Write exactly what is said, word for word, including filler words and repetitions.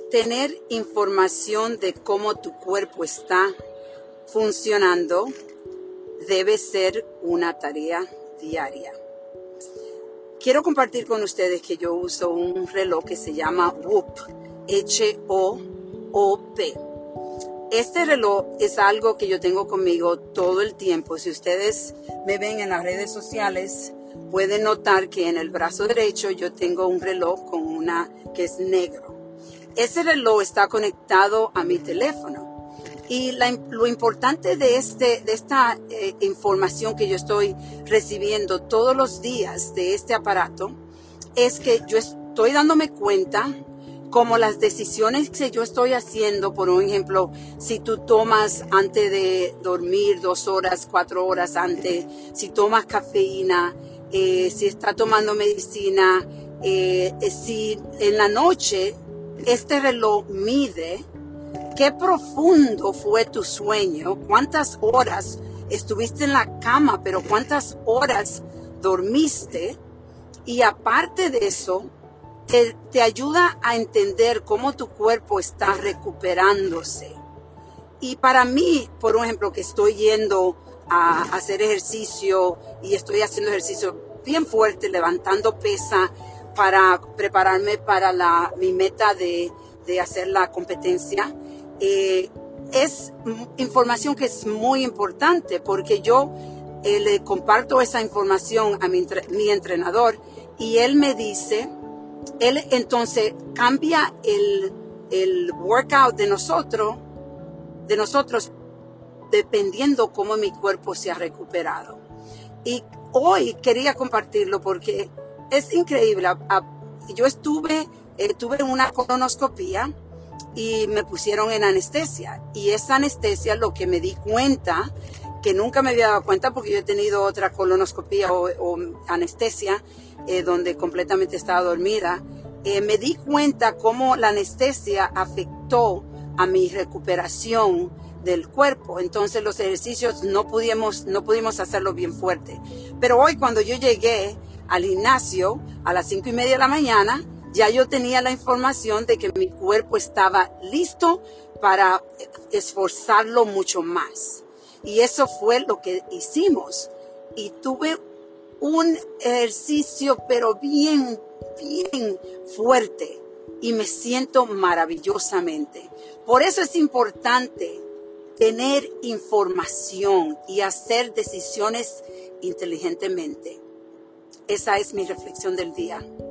Tener información de cómo tu cuerpo está funcionando debe ser una tarea diaria. Quiero compartir con ustedes que yo uso un reloj que se llama Whoop, H O O P. Este reloj es algo que yo tengo conmigo todo el tiempo. Si ustedes me ven en las redes sociales, pueden notar que en el brazo derecho yo tengo un reloj con una que es negro. Ese reloj está conectado a mi teléfono. Y la, lo importante de, este, de esta eh, información que yo estoy recibiendo todos los días de este aparato es que yo estoy dándome cuenta como las decisiones que yo estoy haciendo. Por un ejemplo, si tú tomas antes de dormir dos horas, cuatro horas antes, si tomas cafeína, eh, si estás tomando medicina, eh, si en la noche este reloj mide qué profundo fue tu sueño, cuántas horas estuviste en la cama, pero cuántas horas dormiste. Y aparte de eso, te, te ayuda a entender cómo tu cuerpo está recuperándose. Y para mí, por ejemplo, que estoy yendo a hacer ejercicio y estoy haciendo ejercicio bien fuerte, levantando pesa para prepararme para la, mi meta de, de hacer la competencia, eh, es información que es muy importante porque yo eh, le comparto esa información a mi, mi entrenador y él me dice, él entonces cambia el, el workout de nosotros, de nosotros dependiendo cómo mi cuerpo se ha recuperado. Y hoy quería compartirlo porque es increíble. Yo estuve, eh, tuve una colonoscopía y me pusieron en anestesia. Y esa anestesia lo que me di cuenta, que nunca me había dado cuenta porque yo he tenido otra colonoscopía o, o anestesia eh, donde completamente estaba dormida, eh, me di cuenta cómo la anestesia afectó a mi recuperación del cuerpo. Entonces los ejercicios no pudimos, no pudimos hacerlo bien fuerte. Pero hoy cuando yo llegué al gimnasio a las cinco y media de la mañana, ya yo tenía la información de que mi cuerpo estaba listo para esforzarlo mucho más. Y eso fue lo que hicimos. Y tuve un ejercicio, pero bien, bien fuerte. Y me siento maravillosamente. Por eso es importante tener información y hacer decisiones inteligentemente. Esa es mi reflexión del día.